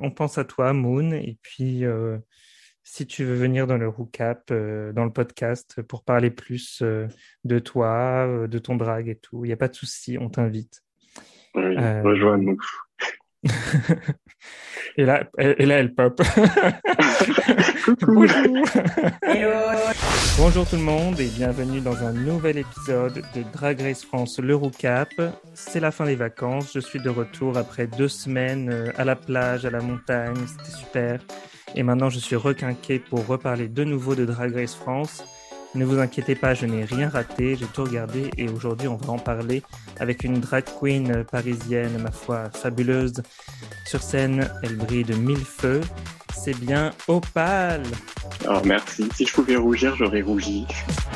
on pense à toi, Moon, et puis si tu veux venir dans le recap, dans le podcast, pour parler plus de toi, de ton drag et tout, il n'y a pas de souci, on t'invite. Oui, Euh, rejoins-nous. et là, elle pop. Coucou! Bonjour. Bonjour tout le monde et bienvenue dans un nouvel épisode de Drag Race France le Recap. C'est la fin des vacances, je suis de retour après 2 semaines à la plage, à la montagne, c'était super. Et maintenant je suis requinqué pour reparler de nouveau de Drag Race France. Ne vous inquiétez pas, je n'ai rien raté, j'ai tout regardé et aujourd'hui on va en parler avec une drag queen parisienne, ma foi, fabuleuse. Sur scène, elle brille de mille feux. C'est bien Opale. Alors merci. Si je pouvais rougir, j'aurais rougi.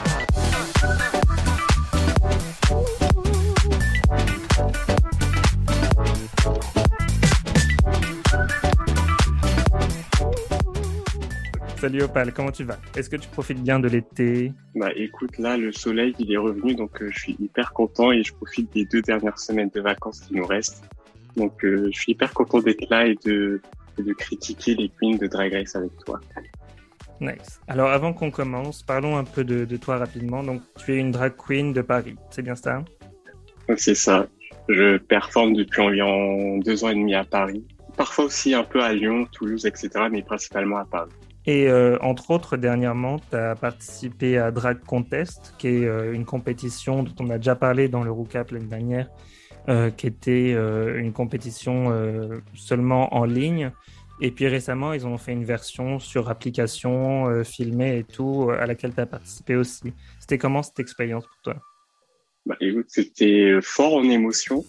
Salut Opal, comment tu vas? Est-ce que tu profites bien de l'été? Bah écoute, là, le soleil, il est revenu, donc je suis hyper content et je profite des 2 dernières semaines de vacances qui nous restent. Donc je suis hyper content d'être là et de critiquer les queens de Drag Race avec toi. Nice. Alors avant qu'on commence, parlons un peu de toi rapidement. Donc tu es une drag queen de Paris, c'est bien ça? Donc c'est ça. Je performe depuis environ 2 ans et demi à Paris. Parfois aussi un peu à Lyon, Toulouse, etc., mais principalement à Paris. Et entre autres, dernièrement, tu as participé à Drag Contest, qui est une compétition dont on a déjà parlé dans le recap l'année dernière, qui était une compétition seulement en ligne. Et puis récemment, ils ont fait une version sur application, filmée et tout, à laquelle tu as participé aussi. C'était comment cette expérience pour toi? Bah, écoute, c'était fort en émotion.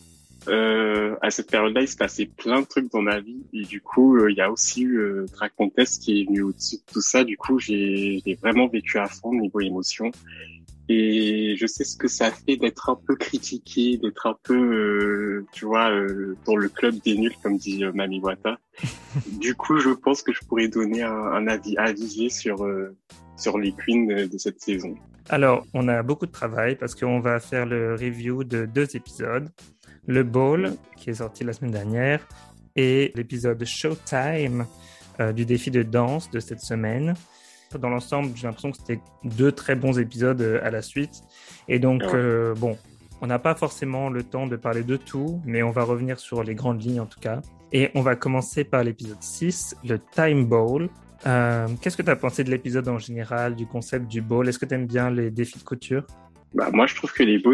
À cette période-là, il se passait plein de trucs dans ma vie et du coup, il y a aussi eu Drag Contest qui est venu au-dessus de tout ça. Du coup, j'ai vraiment vécu à fond niveau émotion et je sais ce que ça fait d'être un peu critiqué, d'être un peu, tu vois, dans le club des nuls, comme dit Mami Wata. Du coup, je pense que je pourrais donner un avis avisé sur les queens de cette saison. Alors, on a beaucoup de travail parce qu'on va faire le review de 2 épisodes. Le Ball, qui est sorti la semaine dernière, et l'épisode Showtime du défi de danse de cette semaine. Dans l'ensemble, j'ai l'impression que c'était 2 très bons épisodes à la suite. Et donc, Ouais. bon, on n'a pas forcément le temps de parler de tout, mais on va revenir sur les grandes lignes en tout cas. Et on va commencer par l'épisode 6, le Time Bowl. Qu'est-ce que tu as pensé de l'épisode en général, du concept du bowl? Est-ce que tu aimes bien les défis de couture? Bah, moi, je trouve que les beaux,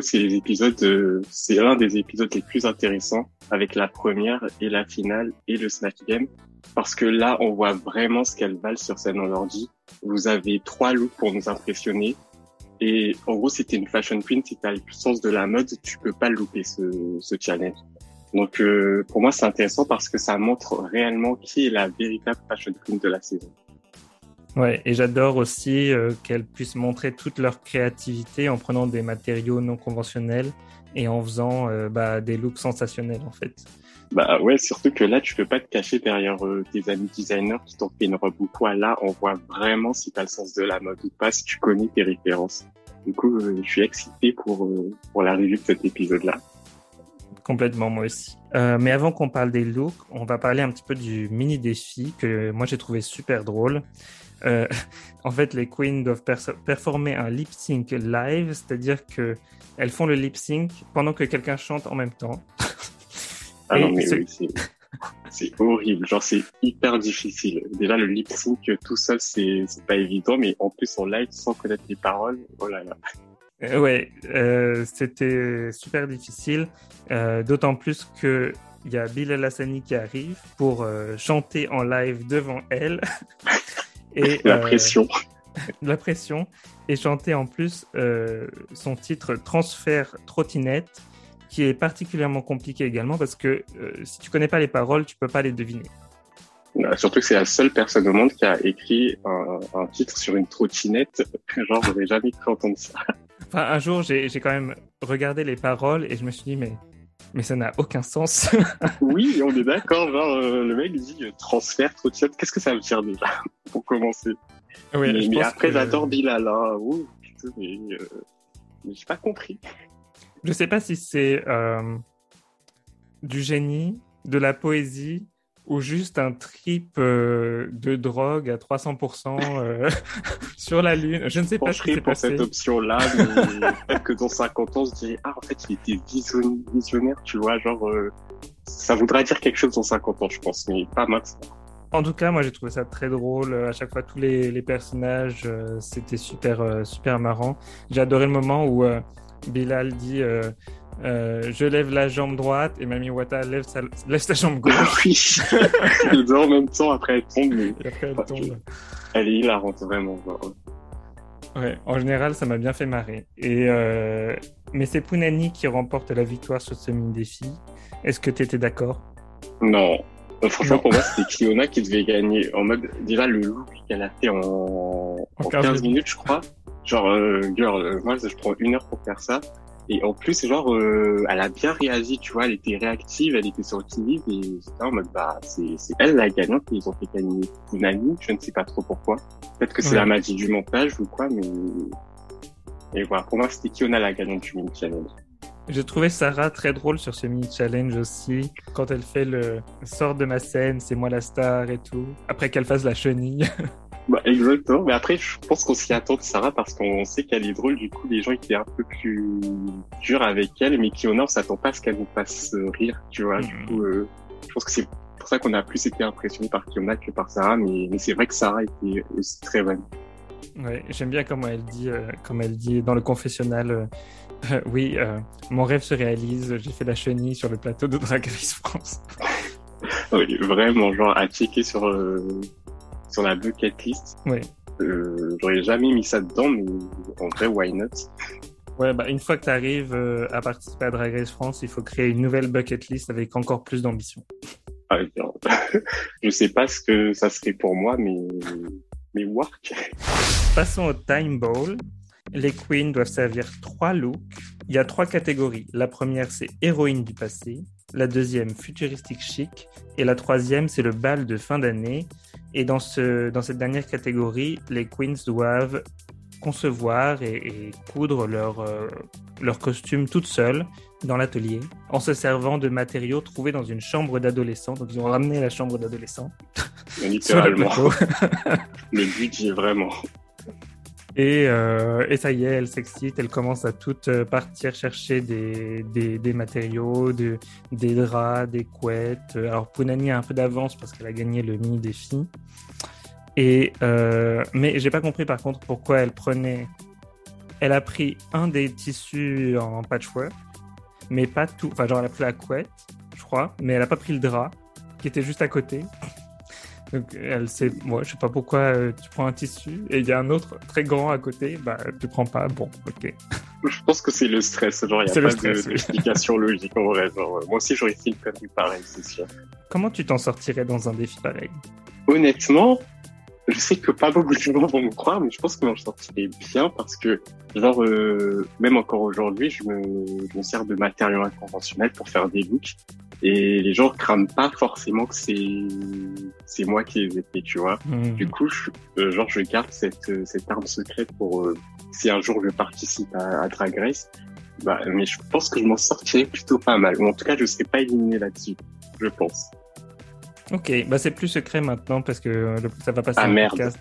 c'est l'un des épisodes les plus intéressants avec la première et la finale et le Snatch Game. Parce que là, on voit vraiment ce qu'elles valent sur scène en ordi. Vous avez 3 looks pour nous impressionner. Et en gros, si t'es une fashion queen, si t'as le sens de la mode, tu peux pas louper ce challenge. Donc, pour moi, c'est intéressant parce que ça montre réellement qui est la véritable fashion queen de la saison. Ouais, et j'adore aussi qu'elles puissent montrer toute leur créativité en prenant des matériaux non conventionnels et en faisant des looks sensationnels en fait. Bah ouais, surtout que là, tu peux pas te cacher derrière tes amis designers qui t'ont fait une robe ou quoi. Là, on voit vraiment si t'as le sens de la mode ou pas, si tu connais tes références. Du coup, je suis excité pour la review de cet épisode-là. Complètement, moi aussi. Mais avant qu'on parle des looks, on va parler un petit peu du mini défi que moi j'ai trouvé super drôle. Euh, En fait, les queens doivent performer un lip sync live, c'est-à-dire que elles font le lip sync pendant que quelqu'un chante en même temps. Ah non, Et mais ce... oui, c'est horrible. Genre, c'est hyper difficile. Déjà, le lip sync tout seul, c'est pas évident, mais en plus en live, sans connaître les paroles, oh là là. Ouais, c'était super difficile, d'autant plus que il y a Bilal Hassani qui arrive pour chanter en live devant elle et La pression. la pression et chanter en plus son titre Transfert trottinette qui est particulièrement compliqué également parce que si tu connais pas les paroles, tu peux pas les deviner. Surtout que c'est la seule personne au monde qui a écrit un titre sur une trottinette. Genre, j'aurais jamais cru entendre ça. Enfin, un jour, j'ai quand même regardé les paroles et je me suis dit mais ça n'a aucun sens. Oui, on est d'accord. Genre, le mec dit transfert, trottinette. Qu'est-ce que ça veut dire déjà, pour commencer? Ouais, je Mais pense après, que j'adore Bilal. Hein. Ouh, putain, mais j'ai pas compris. je sais pas si c'est du génie, de la poésie ou juste un trip de drogue à 300% sur la Lune. Je ne sais pas ce qui Pencherai s'est pour cette passé. option-là, mais peut-être que dans 50 ans, on se dirait, ah, en fait, il était visionnaire, tu vois, genre, ça voudra dire quelque chose dans 50 ans, je pense, mais pas maintenant. En tout cas, moi, j'ai trouvé ça très drôle. À chaque fois, tous les personnages, c'était super marrant. J'ai adoré le moment où Bilal dit je lève la jambe droite et Mami Wata lève sa jambe gauche. Oui, les deux en même temps, après elle tombe, mais Et après, elle tombe. elle est hilarante, vraiment. Genre. Ouais, en général, ça m'a bien fait marrer. Mais c'est Pounani qui remporte la victoire sur ce mini-défi. Est-ce que tu étais d'accord? Non. Franchement, Non. pour moi, c'était Kiona qui devait gagner. En mode, déjà, le look qu'elle a fait en 15 minutes, je crois. Genre, girl, moi, je prends 1 heure pour faire ça. Et en plus, genre, elle a bien réagi, tu vois, elle était réactive, elle était sur le qui-vive, et j'étais en mode, bah, c'est elle la gagnante, et ils ont fait gagner Pounani, je ne sais pas trop pourquoi. Peut-être que c'est Ouais. la magie du montage ou quoi, mais... Et voilà, pour moi, c'était Kiona la gagnante du mini challenge. J'ai trouvé Sarah très drôle sur ce mini-challenge aussi. Quand elle fait le sort de ma scène, c'est moi la star et tout. Après qu'elle fasse la chenille. Bah, exactement. Mais après, je pense qu'on s'y attend de Sarah parce qu'on sait qu'elle est drôle. Du coup, les gens étaient un peu plus durs avec elle. Mais Kiona, on s'attend pas à ce qu'elle nous fasse rire, tu vois. Du coup, je pense que c'est pour ça qu'on a plus été impressionné par Kiona que par Sarah. Mais c'est vrai que Sarah était aussi très bonne. Ouais, j'aime bien comment elle dit dans le confessionnal. Oui, mon rêve se réalise. J'ai fait la chenille sur le plateau de Drag Race France. Oui, vraiment, genre, à checker sur la bucket list. Oui. J'aurais jamais mis ça dedans, mais en vrai, why not? Ouais, bah, une fois que tu arrives à participer à Drag Race France, il faut créer une nouvelle bucket list avec encore plus d'ambition. Ah, je sais pas ce que ça serait pour moi, mais work. Passons au Time Bowl. Les queens doivent servir 3 looks. Il y a 3 catégories. La première, c'est héroïne du passé. La deuxième, futuristique chic. Et la troisième, c'est le bal de fin d'année. Et dans cette dernière catégorie, les queens doivent concevoir et coudre leur costume toutes seules dans l'atelier en se servant de matériaux trouvés dans une chambre d'adolescent. Donc, ils ont ramené la chambre d'adolescent sur le Littéralement. plateau. Le budget, vraiment. Et ça y est, elle s'excite, elle commence à toutes partir chercher des matériaux, des draps, des couettes. Alors Pounani a un peu d'avance parce qu'elle a gagné le mini-défi. Mais j'ai pas compris par contre pourquoi elle a pris un des tissus en patchwork, mais pas tout. Enfin, genre elle a pris la couette, je crois, mais elle a pas pris le drap qui était juste à côté. Donc, moi, je sais pas pourquoi tu prends un tissu et il y a un autre très grand à côté, bah, tu prends pas. Bon, ok. Je pense que c'est le stress. Genre, il n'y a pas d'explication logique en vrai. Genre, moi aussi, j'aurais fait une connerie pareille, c'est sûr. Comment tu t'en sortirais dans un défi pareil? Honnêtement, je sais que pas beaucoup de gens vont me croire, mais je pense que je m'en sortirais bien parce que, genre, même encore aujourd'hui, je me sers de matériaux inconventionnels pour faire des looks. Et les gens crament pas forcément que c'est moi qui les ai fait, tu vois. Du coup, je garde cette arme secrète pour si un jour je participe à Drag Race. Bah, mais je pense que je m'en sortirais plutôt pas mal. Ou en tout cas, je serais pas éliminé là-dessus, je pense. Ok, bah c'est plus secret maintenant parce que ça va passer Ah, en merde. podcast.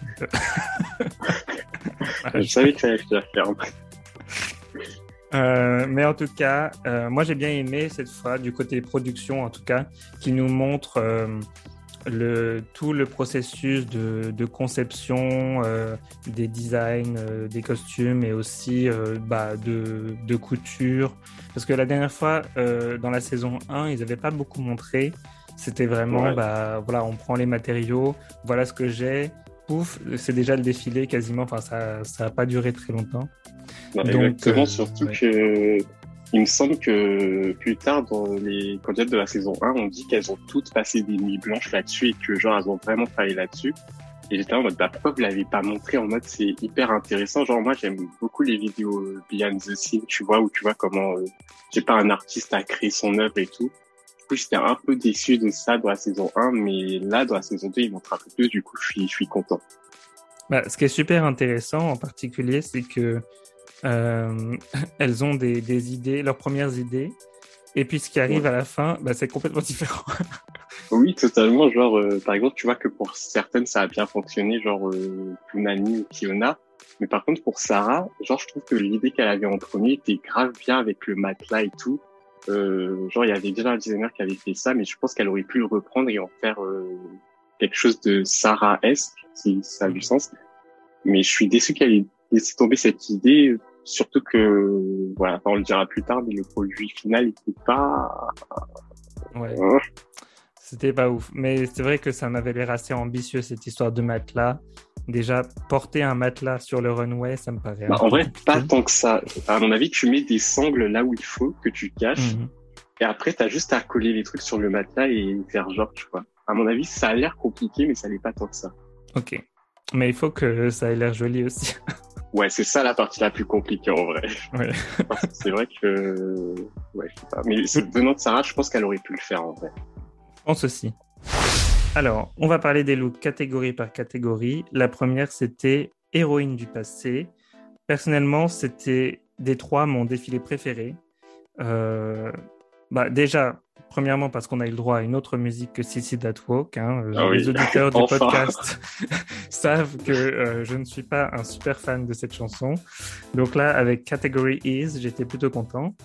Je savais que ça allait faire ferme. Mais en tout cas, moi j'ai bien aimé cette fois du côté production en tout cas, qui nous montre tout le processus de conception des designs, des costumes et aussi de couture. Parce que la dernière fois, dans la saison 1, ils n'avaient pas beaucoup montré. C'était vraiment, voilà, on prend les matériaux, voilà ce que j'ai, pouf, c'est déjà le défilé quasiment. Enfin, ça a pas duré très longtemps. Donc, exactement, surtout que il me semble que plus tard dans les candidates de la saison 1, on dit qu'elles ont toutes passé des nuits blanches là-dessus et que genre elles ont vraiment travaillé là-dessus. Et j'étais en mode bah pourquoi vous l'avez pas montré en mode c'est hyper intéressant. Genre moi j'aime beaucoup les vidéos behind the scene, tu vois, où tu vois comment j'ai pas un artiste à créer son œuvre et tout. Du coup j'étais un peu déçu de ça dans la saison 1, mais là dans la saison 2 ils montrent un peu plus, du coup je suis content. Bah, ce qui est super intéressant en particulier, c'est que elles ont des idées, leurs premières idées, et puis ce qui arrive à la fin, bah, c'est complètement différent. Oui, totalement. Genre, par exemple, tu vois que pour certaines, ça a bien fonctionné, genre Punani ou Kiona. Mais par contre, pour Sarah, genre, je trouve que l'idée qu'elle avait en premier était grave bien avec le matelas et tout. Genre, il y avait déjà un designer qui avait fait ça, mais je pense qu'elle aurait pu le reprendre et en faire quelque chose de Sarah-esque, si ça a du sens. Mais je suis déçu qu'elle ait laissé tomber cette idée, surtout que, voilà, enfin, on le dira plus tard, mais le produit final n'était pas... Ouais, c'était pas ouf. Mais c'est vrai que ça m'avait l'air assez ambitieux, cette histoire de matelas. Déjà, porter un matelas sur le runway, ça me paraît un Bah, en peu vrai, pas compliqué. tant que ça. À mon avis, tu mets des sangles là où il faut, que tu caches, Mhm. et après, t'as juste à coller les trucs sur le matelas et faire genre, tu vois. À mon avis, ça a l'air compliqué, mais ça l'est pas tant que ça. Ok. Mais il faut que ça ait l'air joli aussi. Ouais, c'est ça la partie la plus compliquée en vrai. Ouais. Parce que c'est vrai que, ouais, je sais pas. Mais Je venant de Sarah, je pense qu'elle aurait pu le faire en vrai. pense aussi. Alors, on va parler des looks catégorie par catégorie. La première, c'était héroïne du passé. Personnellement, c'était des trois mon défilé préféré. Euh, déjà, premièrement, parce qu'on a eu le droit à une autre musique que Sissy That Walk. Hein. Ah Les oui, auditeurs du enfin. podcast savent que je ne suis pas un super fan de cette chanson. Donc là, avec Category Is, j'étais plutôt content.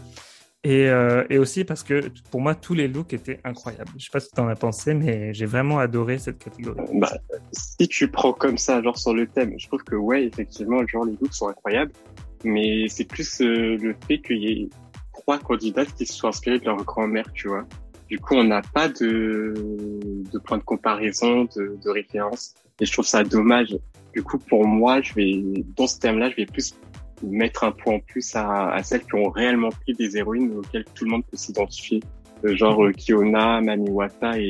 Et aussi parce que pour moi, tous les looks étaient incroyables. Je sais pas ce que tu en as pensé, mais j'ai vraiment adoré cette catégorie. Bah, si tu prends comme ça, genre sur le thème, je trouve que ouais, effectivement, genre les looks sont incroyables, mais c'est plus le fait qu'il y ait trois candidates qui se sont inspirées de leur grand-mère, tu vois. Du coup, on n'a pas de point de comparaison, de référence, et je trouve ça dommage. Du coup, pour moi, dans ce thème-là, je vais plus mettre un point en plus à celles qui ont réellement pris des héroïnes auxquelles tout le monde peut s'identifier, genre Kiona, Mamiwata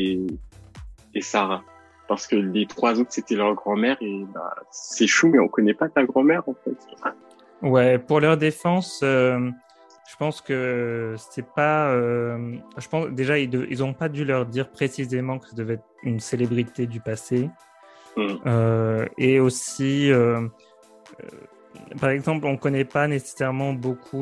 et Sarah. Parce que les trois autres, c'était leur grand-mère et bah, c'est chou, mais on connaît pas ta grand-mère, en fait. Ouais, pour leur défense, je pense que c'est pas. Je pense déjà ils ont pas dû leur dire précisément que ça devait être une célébrité du passé. Mm. Et aussi, par exemple, on connaît pas nécessairement beaucoup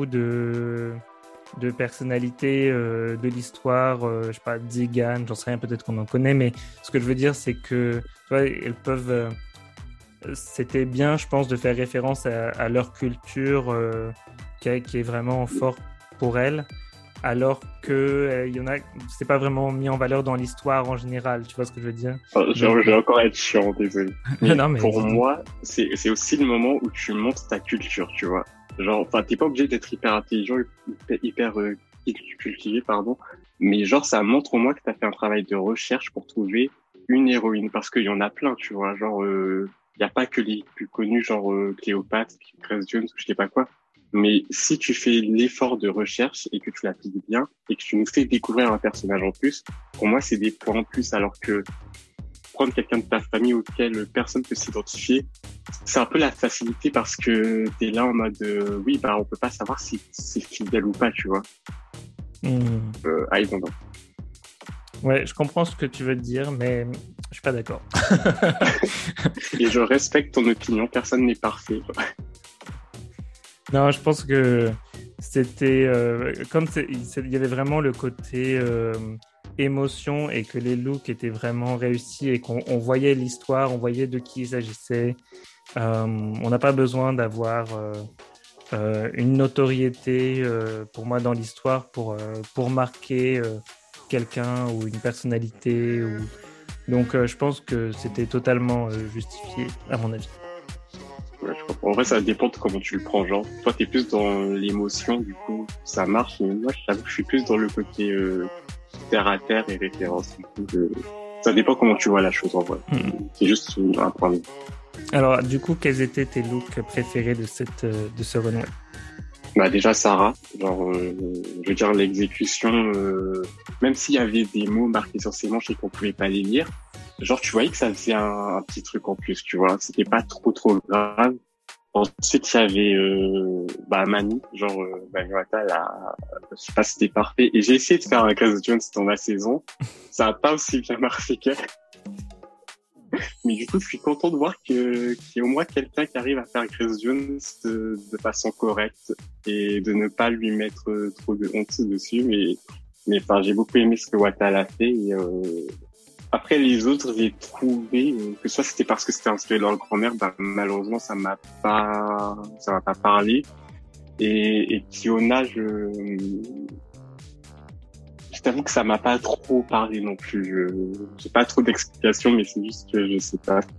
de personnalités de l'histoire. Je sais pas, Zigan, j'en sais rien, peut-être qu'on en connaît, mais ce que je veux dire, c'est que tu vois, elles peuvent. C'était bien, je pense, de faire référence à leur culture qui est vraiment fort pour elles, alors que il y en a, c'est pas vraiment mis en valeur dans l'histoire en général. Tu vois ce que je veux dire? Enfin, Donc, je vais encore être chiant, désolé. Mais non, mais pour dis-nous. moi, c'est aussi le moment où tu montes ta culture, tu vois. Genre, enfin, t'es pas obligé d'être hyper intelligent, hyper cultivé, pardon. Mais genre, ça montre au moins que t'as fait un travail de recherche pour trouver une héroïne. Parce qu'il y en a plein, tu vois. Genre, y a pas que les plus connus, genre Cléopâtre, Grace Jones, ou je sais pas quoi. Mais si tu fais l'effort de recherche et que tu l'appliques bien et que tu nous fais découvrir un personnage en plus, pour moi, c'est des points en plus. Alors que prendre quelqu'un de ta famille auquel personne peut s'identifier, c'est un peu la facilité parce que t'es là en mode oui, bah on peut pas savoir si c'est fidèle ou pas, tu vois. Hmm. I don't know. Ouais, je comprends ce que tu veux dire, mais je suis pas d'accord. Et je respecte ton opinion, personne n'est parfait. Non, je pense que c'était il y avait vraiment le côté émotion et que les looks étaient vraiment réussis et qu'on voyait l'histoire, on voyait de qui il s'agissait. On n'a pas besoin d'avoir une notoriété pour moi dans l'histoire pour marquer quelqu'un ou une personnalité. Donc je pense que c'était totalement justifié à mon avis. Ouais, je comprends. En vrai, ça dépend de comment tu le prends. Genre, toi, t'es plus dans l'émotion, du coup, ça marche. Mais moi, j'avoue que je suis plus dans le côté terre à terre et référence. Du coup, ça dépend comment tu vois la chose en vrai. C'est juste un point de vue. Alors, du coup, quels étaient tes looks préférés de ce runway? Bah déjà Sarah, genre je veux dire l'exécution, même s'il y avait des mots marqués sur ses manches et qu'on pouvait pas les lire, genre tu voyais que ça faisait un petit truc en plus, tu vois, c'était pas trop grave. Ensuite il y avait bah Mani, genre Manuata, je sais pas si c'était parfait. Et j'ai essayé de faire un Grace Jones dans la saison, ça a pas aussi bien marché qu'elle. Mais du coup, je suis content de voir qu'il y a au moins quelqu'un qui arrive à faire Grace Jones de façon correcte et de ne pas lui mettre trop de honte dessus. Mais enfin, j'ai beaucoup aimé ce que Wata a fait Après, les autres, j'ai trouvé que soit c'était parce que c'était inspiré de leur grand-mère, bah, malheureusement, ça m'a pas parlé. Et Fiona, je t'avoue que ça m'a pas trop parlé non plus. J'ai pas trop d'explications, mais c'est juste que je sais pas,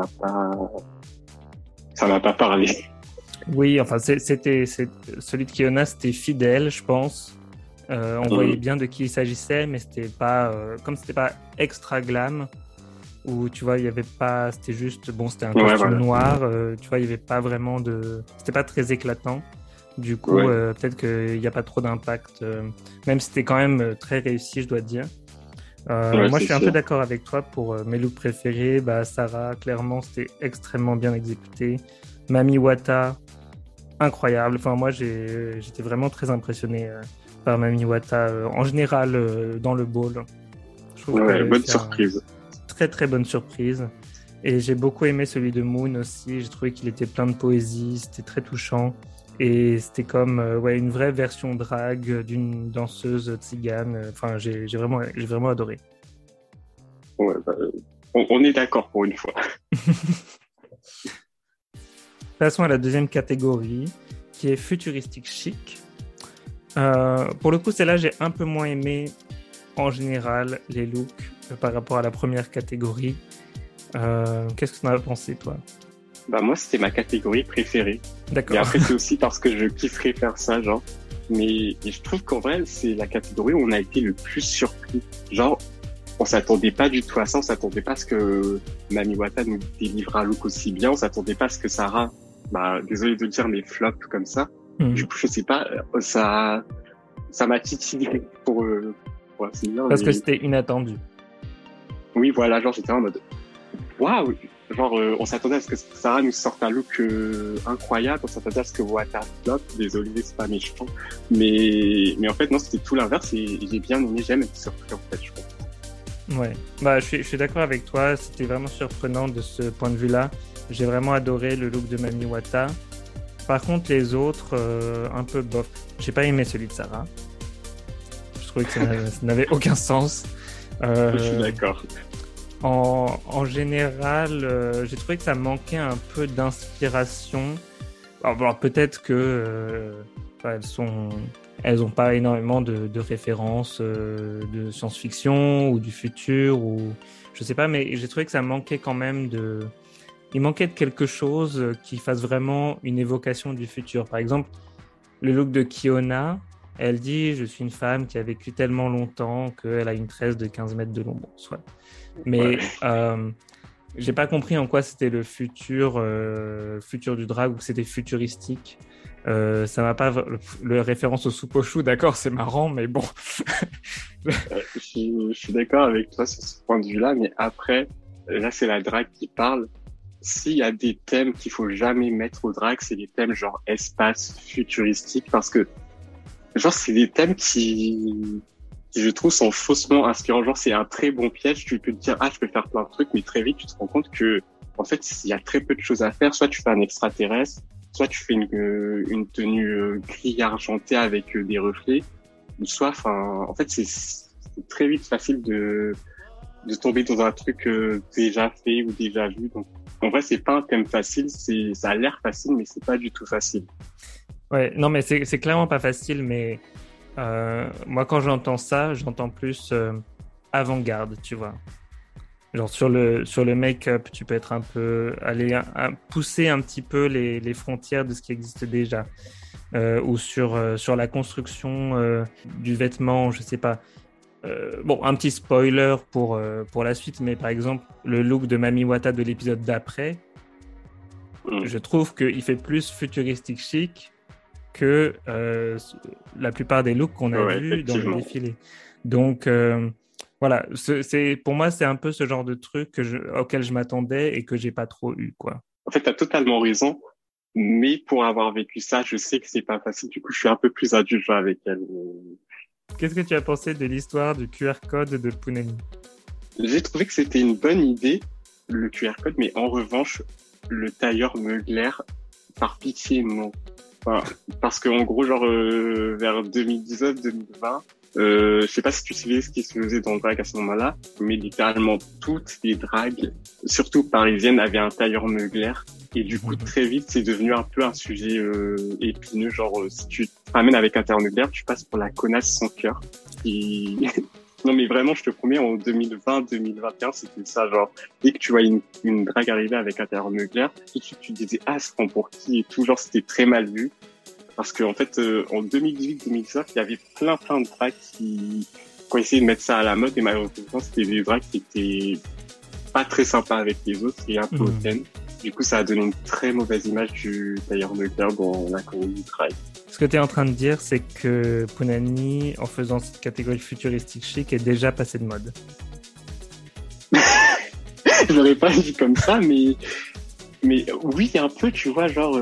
ça m'a pas parlé. Oui, enfin, celui de Kiona, c'était fidèle, je pense. On voyait bien de qui il s'agissait, mais c'était pas, comme c'était pas extra glam, où tu vois, il y avait pas, c'était juste, bon, c'était un costume Voilà. noir, tu vois, il y avait pas vraiment c'était pas très éclatant. Du coup, peut-être qu'il n'y a pas trop d'impact, même si c'était quand même très réussi, je dois dire. Moi, je suis un peu d'accord avec toi pour mes looks préférés. Bah, Sarah, clairement, c'était extrêmement bien exécuté. Mami Wata, incroyable. Enfin, moi, j'étais vraiment très impressionné par Mami Wata en général dans le ball. Je trouve qu'elle a bonne fait surprise. Très, très bonne surprise. Et j'ai beaucoup aimé celui de Moon aussi. J'ai trouvé qu'il était plein de poésie, c'était très touchant. Et c'était comme une vraie version drague d'une danseuse tzigane. Enfin, j'ai vraiment adoré. Ouais, bah, on est d'accord pour une fois. Passons à la deuxième catégorie, qui est futuristique chic. Pour le coup, celle-là, j'ai un peu moins aimé en général les looks par rapport à la première catégorie. Qu'est-ce que tu en as pensé, toi? Bah moi, c'était ma catégorie préférée. D'accord. Et après, c'est aussi parce que je kifferais faire ça, genre. Mais je trouve qu'en vrai, c'est la catégorie où on a été le plus surpris. Genre, on s'attendait pas du tout à ça. On s'attendait pas à ce que Mami Wata nous délivre un look aussi bien. On s'attendait pas à ce que Sarah, bah, désolé de dire, mais flop comme ça. Du coup, je sais pas, ça m'a titillé pour ainsi dire. Parce que c'était inattendu. Oui, voilà, genre, j'étais en mode, waouh! Genre, on s'attendait à ce que Sarah nous sorte un look incroyable, on s'attendait à ce que Wata flop, désolé, c'est pas méchant, mais en fait, non, c'était tout l'inverse et j'ai bien aimé, j'aime être surpris, en fait, je crois. Ouais, bah, je suis d'accord avec toi, c'était vraiment surprenant de ce point de vue-là. J'ai vraiment adoré le look de Mami Wata. Par contre, les autres, un peu bof. J'ai pas aimé celui de Sarah. Je trouvais que ça n'avait aucun sens. Je suis d'accord. En général, j'ai trouvé que ça manquait un peu d'inspiration. Alors, peut-être que elles ont pas énormément de références de science-fiction ou du futur ou je sais pas, mais j'ai trouvé que ça manquait quand même il manquait de quelque chose qui fasse vraiment une évocation du futur. Par exemple, le look de Kiona, elle dit « Je suis une femme qui a vécu tellement longtemps qu'elle a une tresse de 15 mètres de long. » Bon, soit. Mais j'ai pas compris en quoi c'était le futur du drag ou que c'était futuristique. Ça m'a pas le référence au soupe au chou, d'accord, c'est marrant, mais bon. Je suis d'accord avec toi sur ce point de vue-là, mais après, là, c'est la drague qui parle. S'il y a des thèmes qu'il faut jamais mettre au drag, c'est des thèmes genre espace, futuristique, parce que genre c'est des thèmes qui je trouve sont faussement inspirants. Genre c'est un très bon piège. Tu peux te dire je peux faire plein de trucs, mais très vite tu te rends compte que en fait il y a très peu de choses à faire. Soit tu fais un extraterrestre, soit tu fais une tenue gris argenté avec des reflets, ou soit en fait c'est très vite facile de tomber dans un truc déjà fait ou déjà vu. Donc en vrai c'est pas un thème facile. Ça a l'air facile, mais c'est pas du tout facile. Ouais, non, mais c'est clairement pas facile, mais moi, quand j'entends ça, j'entends plus avant-garde, tu vois. Genre sur le make-up, tu peux être un peu aller pousser un petit peu les frontières de ce qui existe déjà, ou sur la construction du vêtement, je sais pas. Bon, un petit spoiler pour la suite, mais par exemple, le look de Mami Wata de l'épisode d'après, je trouve qu'il fait plus futuristique chic que la plupart des looks qu'on a vus dans le défilé. Donc, voilà, pour moi, c'est un peu ce genre de truc auquel je m'attendais et que j'ai pas trop eu, quoi. En fait, tu as totalement raison, mais pour avoir vécu ça, je sais que c'est pas facile. Du coup, je suis un peu plus indulgent avec elle. Qu'est-ce que tu as pensé de l'histoire du QR code de Punani? J'ai trouvé que c'était une bonne idée, le QR code, mais en revanche, le tailleur Mugler, par pitié, non. Enfin, parce qu'en gros, genre vers 2019-2020, Je sais pas si tu savais ce qui se faisait dans le drag à ce moment-là, mais littéralement toutes les dragues, surtout parisiennes, avaient un tailleur meugler. Et du coup, très vite, c'est devenu un peu un sujet épineux. Genre, si tu te ramènes avec un tailleur meugler, tu passes pour la connasse sans cœur. Qui... Non, mais vraiment, je te promets, en 2020-2021, c'était ça. Genre, dès que tu vois une drague arriver avec un tailleur meugler, tout de suite, tu te disais, ah, c'est pour qui et tout. Genre, c'était très mal vu. Parce que en fait, en 2018-2019, il y avait plein de drags qui ont essayé de mettre ça à la mode et malheureusement, c'était des drags qui étaient pas très sympas avec les autres et un peu hautaines. Du coup, ça a donné une très mauvaise image du tailleur meugler dans la communauté drag. Ce que tu es en train de dire, c'est que Punani, en faisant cette catégorie futuristique chic, est déjà passé de mode. Je l'aurais pas dit comme ça, mais oui, un peu, tu vois, genre...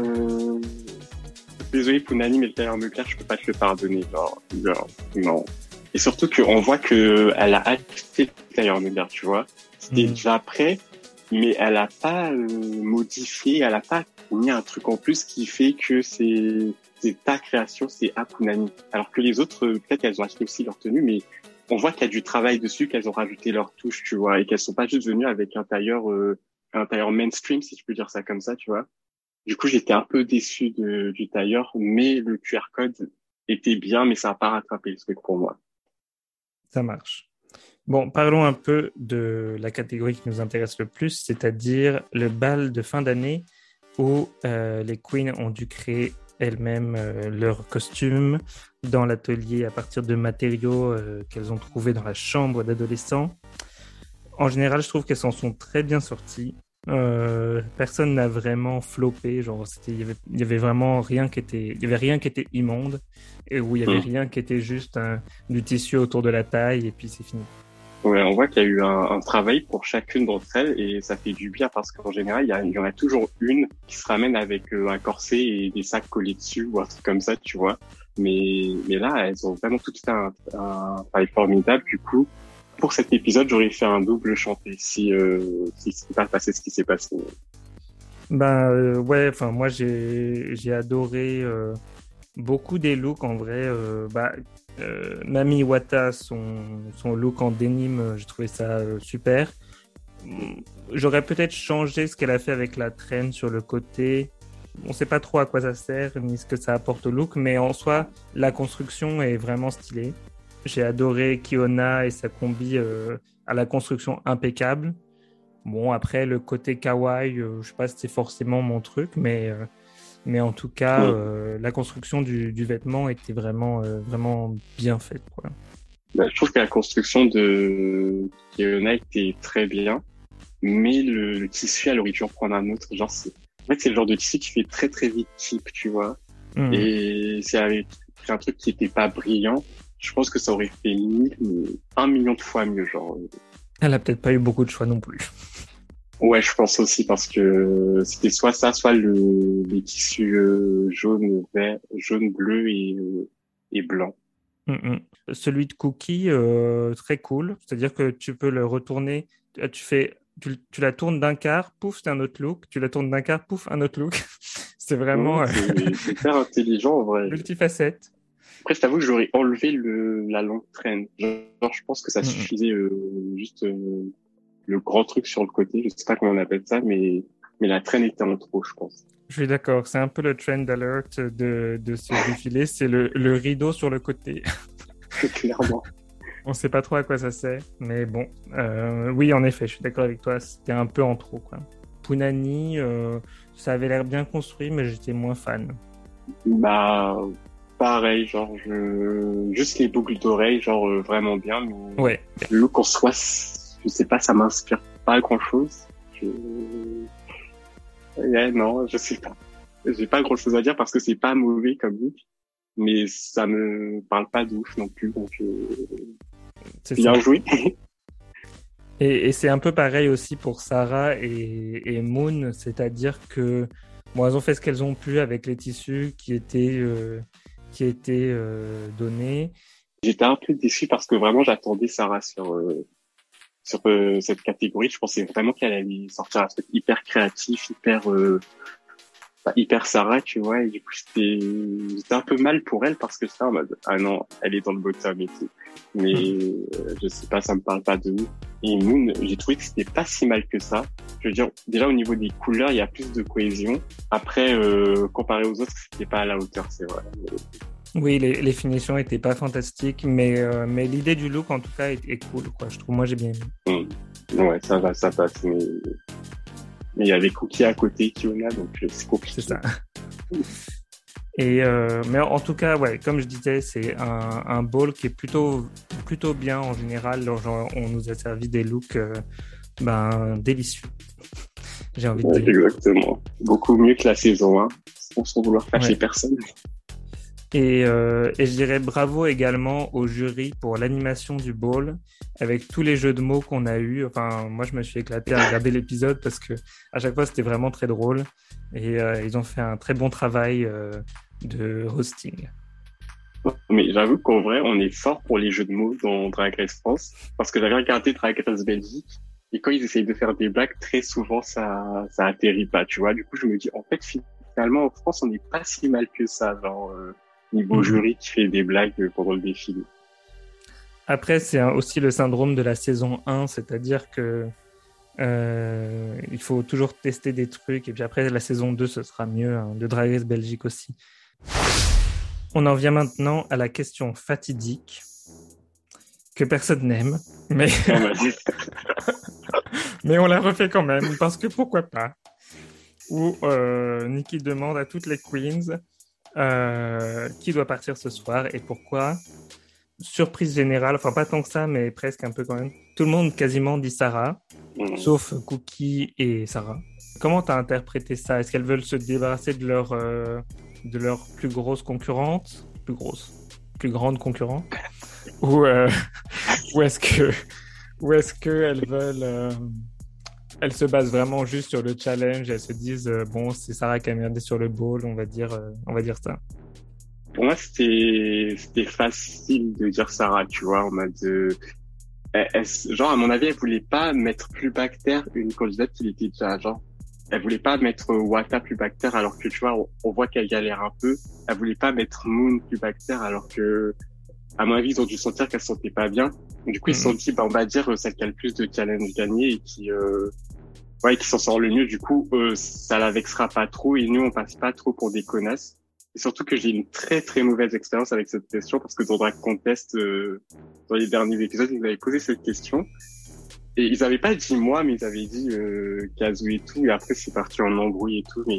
Désolé Punani, mais le tailleur meugler, je peux pas te le pardonner. Genre, non. Et surtout qu'on voit que elle a acheté le tailleur meugler, tu vois. C'était déjà après, mais elle a pas modifié, elle a pas mis un truc en plus qui fait que c'est ta création, c'est à Punani. Alors que les autres, peut-être qu'elles ont acheté aussi leur tenue, mais on voit qu'il y a du travail dessus, qu'elles ont rajouté leur touche, tu vois, et qu'elles sont pas juste venues avec un tailleur mainstream, si je peux dire ça comme ça, tu vois. Du coup, j'étais un peu déçu du tailleur, mais le QR code était bien, mais ça n'a pas rattrapé le truc pour moi. Ça marche. Bon, parlons un peu de la catégorie qui nous intéresse le plus, c'est-à-dire le bal de fin d'année où les queens ont dû créer elles-mêmes leurs costumes dans l'atelier à partir de matériaux qu'elles ont trouvés dans la chambre d'adolescents. En général, je trouve qu'elles s'en sont très bien sorties. Personne n'a vraiment floppé, genre il y avait vraiment rien qui était immonde et où il y avait rien qui était juste du tissu autour de la taille et puis c'est fini. Ouais, on voit qu'il y a eu un travail pour chacune d'entre elles et ça fait du bien parce qu'en général, il y en a toujours une qui se ramène avec un corset et des sacs collés dessus ou un truc comme ça, tu vois. Mais là, elles ont vraiment toutes fait un travail formidable. Du coup, pour cet épisode, j'aurais fait un double chanté si c'est pas passé ce qui s'est passé. Ouais, enfin moi j'ai adoré beaucoup des looks en vrai. Mami Wata, son look en denim, j'ai trouvé ça super. J'aurais peut-être changé ce qu'elle a fait avec la traîne sur le côté. On sait pas trop à quoi ça sert ni ce que ça apporte au look, mais en soi, la construction est vraiment stylée. J'ai adoré Kiona et sa combi à la construction impeccable. Bon, après, le côté kawaii, je sais pas si c'est forcément mon truc, mais en tout cas, la construction du vêtement était vraiment bien faite, quoi. Je trouve que la construction de Kiona était très bien, mais le tissu, elle aurait dû en prendre un autre. Genre, en fait, c'est le genre de tissu qui fait très très vite cheap, tu vois. Et c'est avec un truc qui était pas brillant. Je pense que ça aurait fait 1 million de fois mieux, genre. Elle a peut-être pas eu beaucoup de choix non plus. Ouais, je pense aussi parce que c'était soit ça, soit les tissus jaune, vert, jaune, bleu et blanc. Celui de Cookie, très cool. C'est-à-dire que tu peux le retourner. Tu la tournes d'un quart, pouf, c'est un autre look. Tu la tournes d'un quart, pouf, un autre look. C'est vraiment c'est super intelligent en vrai. multifacette. Après, je t'avoue que j'aurais enlevé la longue traîne. Genre, je pense que ça suffisait juste le grand truc sur le côté. Je sais pas comment on appelle ça, mais la traîne était en trop, je pense. Je suis d'accord. C'est un peu le trend alert de ce défilé. C'est le rideau sur le côté. Clairement. On sait pas trop à quoi ça sert, mais bon. Oui, en effet, je suis d'accord avec toi. C'était un peu en trop, quoi. Punani, ça avait l'air bien construit, mais j'étais moins fan. Bah, pareil, genre, juste les boucles d'oreilles, genre, vraiment bien, mais ouais. Le look en soi, je sais pas, ça m'inspire pas grand chose. Non, je sais pas. J'ai pas grand chose à dire parce que c'est pas mauvais comme look, mais ça me parle pas de ouf non plus, donc, c'est bien ça. joué. Et c'est un peu pareil aussi pour Sarah et Moon, c'est-à-dire que bon, elles ont fait ce qu'elles ont pu avec les tissus qui étaient donnés. J'étais un peu déçu parce que vraiment j'attendais Sarah sur cette catégorie. Je pensais vraiment qu'elle allait sortir un truc hyper créatif, hyper pas hyper Sarah, tu vois, et du coup, j'étais un peu mal pour elle parce que ça, en mode, ah non, elle est dans le bottom et tout. Mais, je sais pas, ça me parle pas de nous. Et Moon, j'ai trouvé que c'était pas si mal que ça. Je veux dire, déjà, au niveau des couleurs, il y a plus de cohésion. Après, comparé aux autres, c'était pas à la hauteur, c'est vrai. Oui, les finitions étaient pas fantastiques, mais l'idée du look, en tout cas, est cool, quoi. Je trouve, moi, j'ai bien aimé. Ouais, ça va, ça passe. Mais il y avait Cookie à côté, Kiona, donc c'est compliqué. C'est ça. Et mais en tout cas, ouais, comme je disais, c'est un bowl qui est plutôt bien en général. Genre, on nous a servi des looks délicieux. J'ai envie de dire. Exactement. Beaucoup mieux que la saison 1, sans vouloir fâcher personne. Et je dirais bravo également au jury pour l'animation du bowl, avec tous les jeux de mots qu'on a eus. Enfin, moi, je me suis éclaté à regarder l'épisode parce que à chaque fois, c'était vraiment très drôle. Et ils ont fait un très bon travail de hosting. Mais j'avoue qu'en vrai, on est fort pour les jeux de mots dans Drag Race France, parce que j'avais regardé Drag Race Belgique, et quand ils essayent de faire des blagues, très souvent, ça atterrit pas, tu vois. Du coup, je me dis, en fait, finalement, en France, on n'est pas si mal que ça, genre, niveau jury qui fait des blagues pendant le défilé. Après, c'est aussi le syndrome de la saison 1, c'est-à-dire que il faut toujours tester des trucs, et puis après, la saison 2, ce sera mieux, hein, de Drag Race Belgique aussi. On en vient maintenant à la question fatidique que personne n'aime, mais mais on la refait quand même parce que pourquoi pas. Où Nikki demande à toutes les queens qui doit partir ce soir et pourquoi. Surprise générale, enfin pas tant que ça, mais presque un peu quand même. Tout le monde quasiment dit Sarah, sauf Cookie et Sarah. Comment t'as interprété ça? Est-ce qu'elles veulent se débarrasser de leur plus grosse concurrente, plus grande concurrente, ou est-ce que elles veulent, elles se basent vraiment juste sur le challenge, elles se disent bon, c'est Sarah qui a merdé sur le bowl, on va dire ça. Pour moi, c'était facile de dire Sarah, tu vois, en mode genre à mon avis, elle voulait pas mettre plus bactère une candidate qui était déjà genre. Elle voulait pas mettre Wata plus bactère alors que tu vois, on voit qu'elle galère un peu. Elle voulait pas mettre Moon plus bactère alors que, à mon avis, ils ont dû sentir qu'elle se sentait pas bien. Du coup, ils se sont dit, on va dire celle qui a le plus de challenge gagné et qui s'en sort le mieux. Du coup, ça la vexera pas trop et nous, on passe pas trop pour des connasses. Et surtout que j'ai une très très mauvaise expérience avec cette question parce que dans Drag Contest, dans les derniers épisodes, ils m'avaient posé cette question. Et ils avaient pas dit moi, mais ils avaient dit Kazu et tout. Et après, c'est parti en embrouille et tout.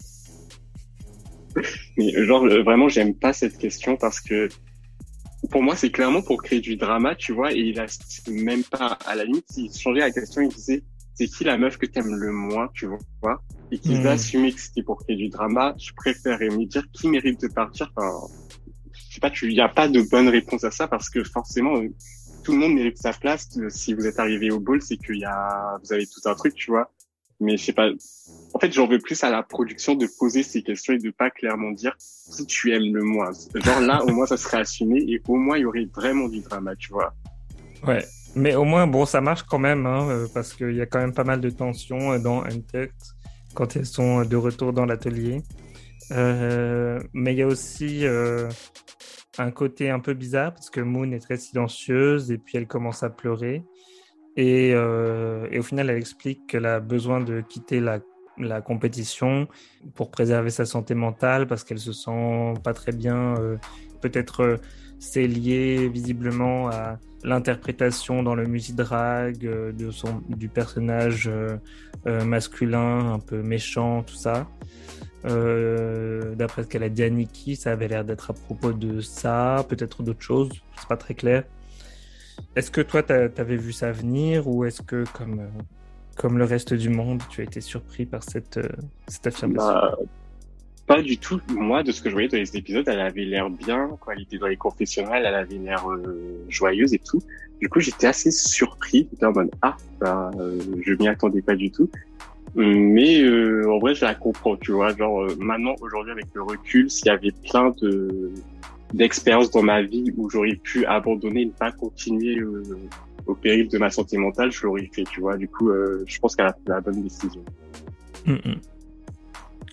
Mais genre, vraiment, j'aime pas cette question parce que pour moi, c'est clairement pour créer du drama, tu vois. Et il a même pas, à la limite, s'il changeait la question, il disait c'est qui la meuf que t'aimes le moins, tu vois. Et qu'il va assumer que c'était pour créer du drama. Je préférerais me dire qui mérite de partir. Enfin, je sais pas, il y a pas de bonne réponse à ça parce que forcément, tout le monde mérite sa place. Si vous êtes arrivé au ball, c'est vous avez tout un truc, tu vois. Mais je sais pas. En fait, j'en veux plus à la production de poser ces questions et de pas clairement dire qui tu aimes le moins. Genre là, au moins, ça serait assumé et au moins, il y aurait vraiment du drama, tu vois. Ouais. Mais au moins, bon, ça marche quand même, hein, parce qu'il y a quand même pas mal de tensions dans Untucked quand elles sont de retour dans l'atelier. Mais il y a aussi un côté un peu bizarre parce que Moon est très silencieuse et puis elle commence à pleurer. Et au final, elle explique qu'elle a besoin de quitter la compétition pour préserver sa santé mentale parce qu'elle se sent pas très bien. Peut-être c'est lié visiblement à l'interprétation dans le musidrag du personnage masculin un peu méchant, tout ça. D'après ce qu'elle a dit à Nikki, ça avait l'air d'être à propos de ça, peut-être d'autres choses, c'est pas très clair. Est-ce que toi, t'avais vu ça venir ou est-ce que, comme le reste du monde, tu as été surpris par cette affirmation? Pas du tout. Moi, de ce que je voyais dans les épisodes, elle avait l'air bien. Quand elle était dans les confessionnals, elle avait l'air joyeuse et tout. Du coup, j'étais assez surpris. J'étais en mode, je m'y attendais pas du tout. Mais en vrai, je la comprends, tu vois. Genre, maintenant, aujourd'hui, avec le recul, s'il y avait plein d'expériences dans ma vie où j'aurais pu abandonner et ne pas continuer au péril de ma santé mentale, je l'aurais fait, tu vois. Du coup, je pense qu'elle a fait la bonne décision.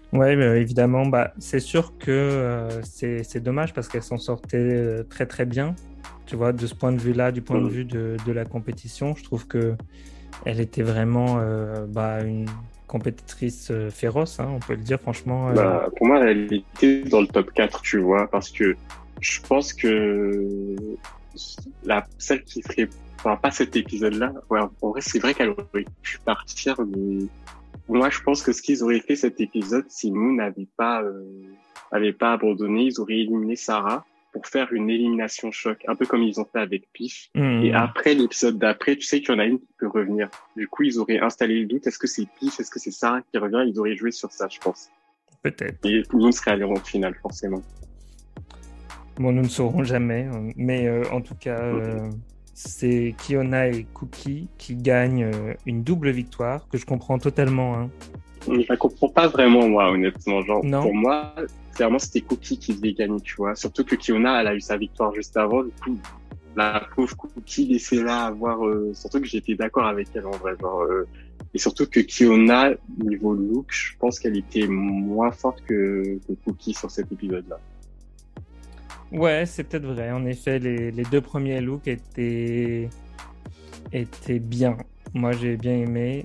Ouais, évidemment, c'est sûr que c'est dommage parce qu'elle s'en sortait très très bien. Tu vois, de ce point de vue-là, du point de Mm. vue de la compétition, je trouve que elle était vraiment une compétitrice féroce, hein, on peut le dire franchement. Pour moi, elle était dans le top 4, tu vois, parce que je pense que celle qui ferait, enfin, pas cet épisode-là, ouais, en vrai, c'est vrai qu'elle aurait pu partir, mais moi, je pense que ce qu'ils auraient fait cet épisode, si Moon avait pas abandonné, ils auraient éliminé Sarah pour faire une élimination choc, un peu comme ils ont fait avec Pif. Et Hmm, après, l'épisode d'après, tu sais qu'il y en a une qui peut revenir. Du coup, ils auraient installé le doute. Est-ce que c'est Pif? Est-ce que c'est Sarah qui revient? Ils auraient joué sur ça, je pense. peut-être. Et tout le monde serait allé en finale, forcément. Bon, nous ne saurons jamais, hein, mais en tout cas, Mhm. c'est Kiona et Cookie qui gagnent une double victoire que je comprends totalement, hein. Je la comprends pas vraiment, moi, honnêtement. Genre, pour Non? moi, clairement, c'était Cookie qui devait gagner, tu vois. Surtout que Kiona, elle a eu sa victoire juste avant. Du coup, la pauvre Cookie, laissez-la avoir, surtout que j'étais d'accord avec elle, en vrai. Genre, et surtout que Kiona, niveau look, je pense qu'elle était moins forte que Cookie sur cet épisode-là. Ouais, c'est peut-être vrai. En effet, les deux premiers looks étaient bien. Moi, j'ai bien aimé.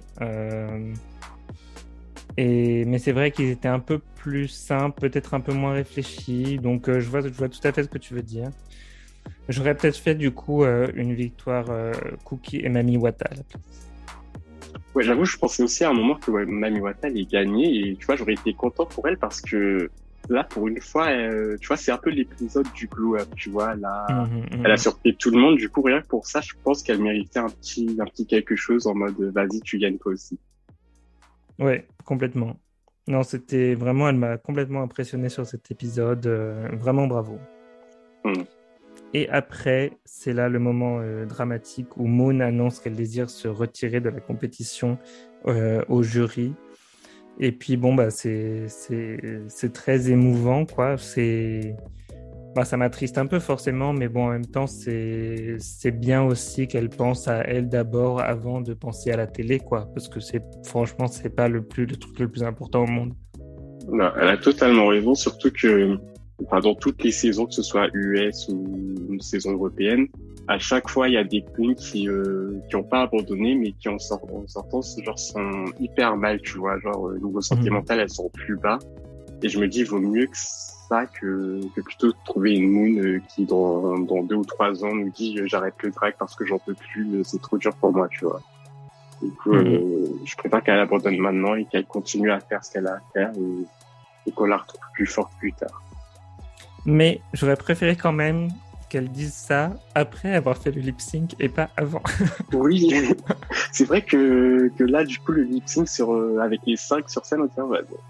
Mais c'est vrai qu'ils étaient un peu plus simples, peut-être un peu moins réfléchis. Donc, je vois tout à fait ce que tu veux dire. J'aurais peut-être fait du coup une victoire Cookie et Mami Wata à la place. Ouais, j'avoue, je pensais aussi à un moment que ouais, Mami Wata allait gagner et tu vois, j'aurais été content pour elle parce que là, pour une fois, tu vois, c'est un peu l'épisode du glow up, tu vois, là, Mhm, elle a mhm. surpris tout le monde. Du coup, rien que pour ça, je pense qu'elle méritait un petit quelque chose en mode, vas-y, tu gagnes toi aussi. Ouais, complètement. Non, c'était vraiment, elle m'a complètement impressionné sur cet épisode. Vraiment bravo. Hmm. Et après, c'est là le moment dramatique où Moon annonce qu'elle désire se retirer de la compétition au jury. Et puis bon, c'est très émouvant, quoi. Ça m'attriste un peu forcément, mais bon, en même temps, c'est bien aussi qu'elle pense à elle d'abord avant de penser à la télé, quoi. Parce que franchement, c'est pas le truc le plus important au monde. Non, elle a totalement raison, surtout que enfin, dans toutes les saisons, que ce soit US ou une saison européenne, à chaque fois, il y a des queens qui ont pas abandonné, mais qui en sortant, genre, sont hyper mal, tu vois, genre, niveau santé Mhm. mentale, elles sont plus bas. Et je me dis, il vaut mieux que ça que plutôt de trouver une Moon qui, dans 2 ou 3 ans, nous dit, j'arrête le drag parce que j'en peux plus, c'est trop dur pour moi, tu vois. Du coup, Mhm. je préfère qu'elle abandonne maintenant et qu'elle continue à faire ce qu'elle a à faire et qu'on la retrouve plus forte plus tard. Mais j'aurais préféré quand même qu'elle dise ça après avoir fait le lip sync et pas avant. Oui, c'est vrai que là, du coup, le lip sync avec les 5 sur scène, on tient,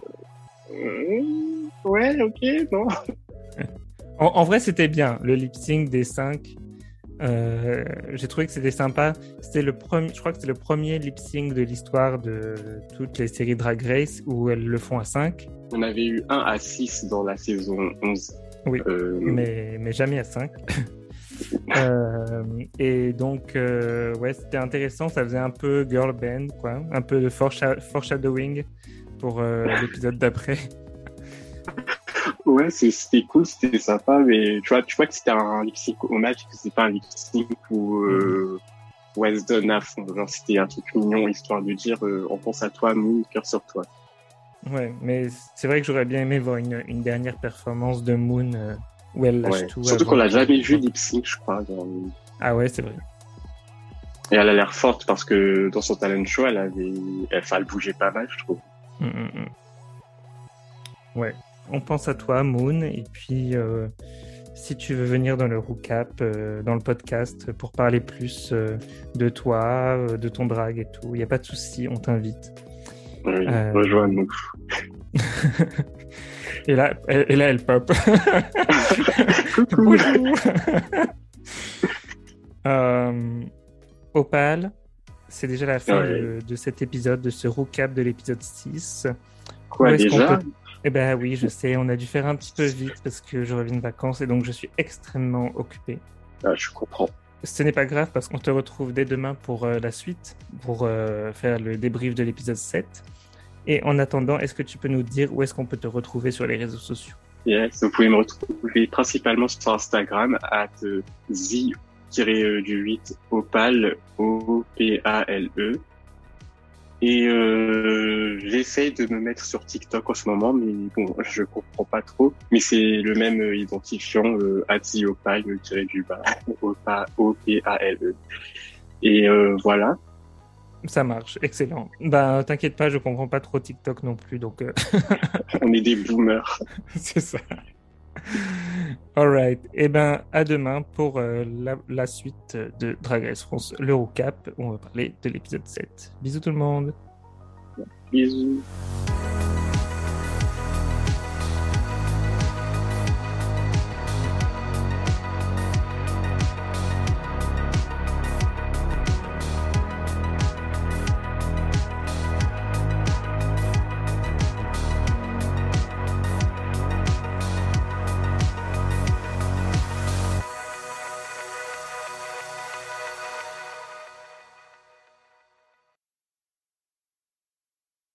ouais, ok, non. En vrai, c'était bien, le lip sync des 5. J'ai trouvé que c'était sympa. Je crois que c'était le premier lip sync de l'histoire de toutes les séries Drag Race où elles le font à 5. On avait eu 1 à 6 dans la saison 11. Oui, Euh, mais jamais à 5. Et donc, ouais, c'était intéressant. Ça faisait un peu girl band, quoi. Un peu de foreshadowing pour l'épisode d'après. ouais, c'était cool, c'était sympa, mais tu vois que c'était un lip sync hommage, que c'est pas un lip sync Mhm. où elle se donne à fond. Genre, c'était un truc mignon, histoire de dire, on pense à toi, nous, cœur sur toi. Ouais, mais c'est vrai que j'aurais bien aimé voir une dernière performance de Moon où elle lâche Ouais. tout Surtout qu'on avant l'a que. jamais vu lip sync, je crois. Ah ouais, c'est vrai. Et elle a l'air forte parce que dans son talent show, elle bougeait pas mal, je trouve. Mm, mm, mm. Ouais, on pense à toi, Moon, et puis si tu veux venir dans le recap, dans le podcast, pour parler plus de toi, de ton drag et tout, il n'y a pas de souci, on t'invite. Oui, Euh, rejoins-nous. et là, elle pop. Coucou. Bonjour. Euh, Opal, c'est déjà la fin Ouais. de cet épisode, de ce recap de l'épisode 6. Où Quoi, est-ce qu'on peut... déjà? Eh ben oui, je sais, on a dû faire un petit peu vite parce que je reviens de vacances et donc je suis extrêmement occupé. Ah, je comprends. Ce n'est pas grave parce qu'on te retrouve dès demain pour la suite, pour faire le débrief de l'épisode 7. Et en attendant, est-ce que tu peux nous dire où est-ce qu'on peut te retrouver sur les réseaux sociaux? Yes, vous pouvez me retrouver principalement sur Instagram @the-du8 opale OPALE. Et j'essaye de me mettre sur TikTok en ce moment, mais bon, je comprends pas trop. Mais c'est le même identifiant @theopale-du-bas OPALE. Et voilà. Ça marche, excellent. Ben, t'inquiète pas, je comprends pas trop TikTok non plus, donc On est des boomers. c'est ça. All right. Eh ben, à demain pour la suite de Drag Race France l'Eurocap, où on va parler de l'épisode 7. Bisous tout le monde. Bisous.